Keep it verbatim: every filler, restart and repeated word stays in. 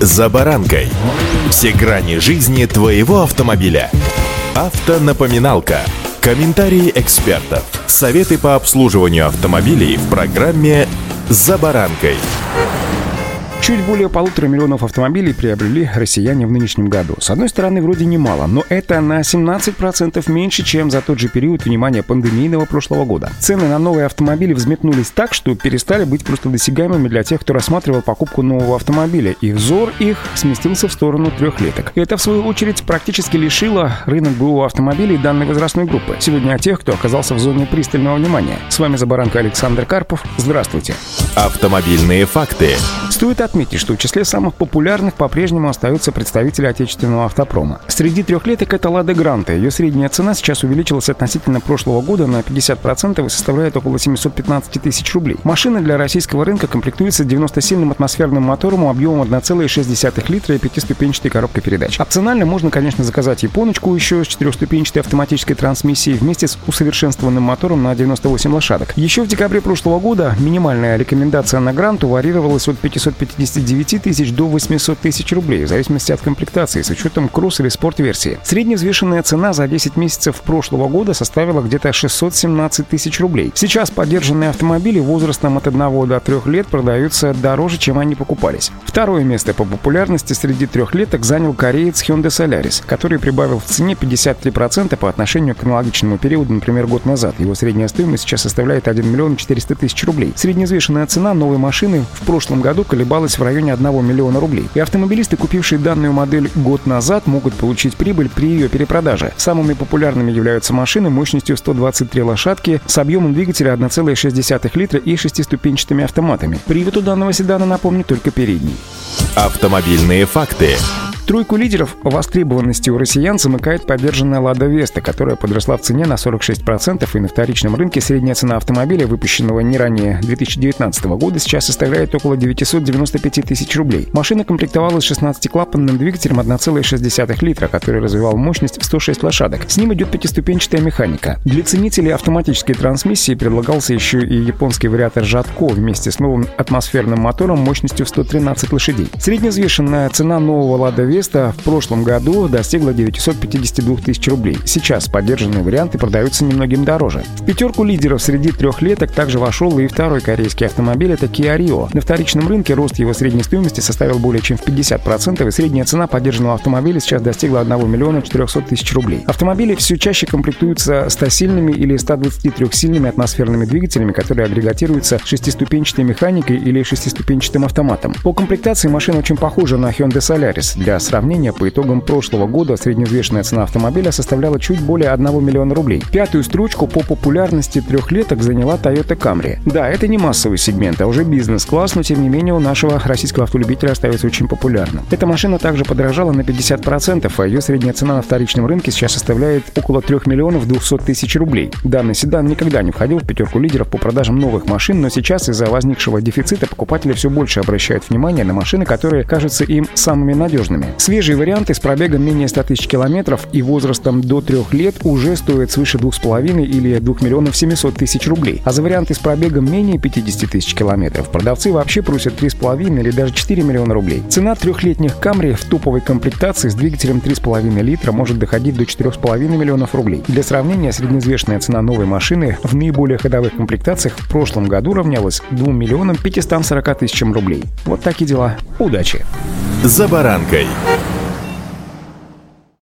«За баранкой». Все грани жизни твоего автомобиля. Автонапоминалка. Комментарии экспертов. Советы по обслуживанию автомобилей в программе «За баранкой». Чуть более полутора миллионов автомобилей приобрели россияне в нынешнем году. С одной стороны, вроде немало, но это на семнадцать процентов меньше, чем за тот же период, внимания, пандемийного прошлого года. Цены на новые автомобили взметнулись так, что перестали быть просто досягаемыми для тех, кто рассматривал покупку нового автомобиля, и взор их сместился в сторону трехлеток. Это, в свою очередь, практически лишило рынок БУ автомобилей данной возрастной группы. Сегодня о тех, кто оказался в зоне пристального внимания. С вами «За баранкой» Александр Карпов. Здравствуйте. Автомобильные факты. Стоит отметить, что в числе самых популярных по-прежнему остаются представители отечественного автопрома. Среди трехлеток это «Лада Гранта». Ее средняя цена сейчас увеличилась относительно прошлого года на пятьдесят процентов и составляет около семьсот пятнадцать тысяч рублей. Машина для российского рынка комплектуется девяностосильным атмосферным мотором объемом один целых шесть десятых литра и пятиступенчатой коробкой передач. Опционально можно, конечно, заказать японочку еще с четырехступенчатой автоматической трансмиссией вместе с усовершенствованным мотором на девяносто восемь лошадок. Еще в декабре прошлого года минимальная рекомендация на Гранту варьировалась от пятисот пятидесяти девяти тысяч до восьмисот тысяч рублей, в зависимости от комплектации, с учетом кросс- или спорт-версии. Средневзвешенная цена за десять месяцев прошлого года составила где-то шестьсот семнадцать тысяч рублей. Сейчас подержанные автомобили возрастом от одного до трех лет продаются дороже, чем они покупались. Второе место по популярности среди трехлеток занял кореец Hyundai Solaris, который прибавил в цене пятьдесят три процента по отношению к аналогичному периоду, например, год назад. Его средняя стоимость сейчас составляет один миллион четыреста тысяч рублей. Средневзвешенная цена новой машины в прошлом году колебалась в районе одного миллиона рублей. И автомобилисты, купившие данную модель год назад, могут получить прибыль при ее перепродаже. Самыми популярными являются машины мощностью сто двадцать три лошадки с объемом двигателя один целых шесть десятых литра и шестиступенчатыми автоматами. Привод у данного седана, напомню, только передний. Автомобильные факты. Тройку лидеров по востребованности у россиян замыкает подержанная «Лада Веста», которая подросла в цене на сорок шесть процентов, и на вторичном рынке средняя цена автомобиля, выпущенного не ранее две тысячи девятнадцатого года, сейчас составляет около девятьсот девяносто пять тысяч рублей. Машина комплектовалась шестнадцатиклапанным двигателем один целых шесть десятых литра, который развивал мощность в сто шесть лошадок. С ним идет пятиступенчатая механика. Для ценителей автоматической трансмиссии предлагался еще и японский вариатор Жатко вместе с новым атмосферным мотором мощностью в сто тринадцать лошадей. Средневзвешенная цена нового «Лада Веста» в прошлом году достигла девятьсот пятьдесят два тысячи рублей. Сейчас подержанные варианты продаются немногим дороже. В пятерку лидеров среди трехлеток также вошел и второй корейский автомобиль, это Kia Rio. На вторичном рынке рост его средней стоимости составил более чем в пятьдесят процентов, и средняя цена подержанного автомобиля сейчас достигла одного миллиона четырехсот тысяч рублей. Автомобили все чаще комплектуются стосильными или ста двадцати трёхсильными атмосферными двигателями, которые агрегатируются шестиступенчатой механикой или шестиступенчатым автоматом. По комплектации машина очень похожа на Hyundai Solaris. Для сравнения, по итогам прошлого года средневзвешенная цена автомобиля составляла чуть более одного миллиона рублей. Пятую строчку по популярности трехлеток заняла Toyota Camry. Да, это не массовый сегмент, а уже бизнес-класс, но тем не менее у нашего российского автолюбителя остается очень популярным. Эта машина также подорожала на пятьдесят процентов, а ее средняя цена на вторичном рынке сейчас составляет около трёх миллионов двухсот тысяч рублей. Данный седан никогда не входил в пятерку лидеров по продажам новых машин, но сейчас из-за возникшего дефицита покупатели все больше обращают внимание на машины, которые кажутся им самыми надежными. Свежие варианты с пробегом менее ста тысяч километров и возрастом до трех лет уже стоят свыше двух с половиной или двух миллионов семисот тысяч рублей. А за варианты с пробегом менее пятидесяти тысяч километров продавцы вообще просят три с половиной или даже четыре миллиона рублей. Цена трехлетних Camry в топовой комплектации с двигателем три с половиной литра может доходить до четырёх с половиной миллионов рублей. Для сравнения, средневзвешенная цена новой машины в наиболее ходовых комплектациях в прошлом году равнялась двум миллионам пятистам сорока тысячам рублей. Вот такие дела. Удачи! «За баранкой».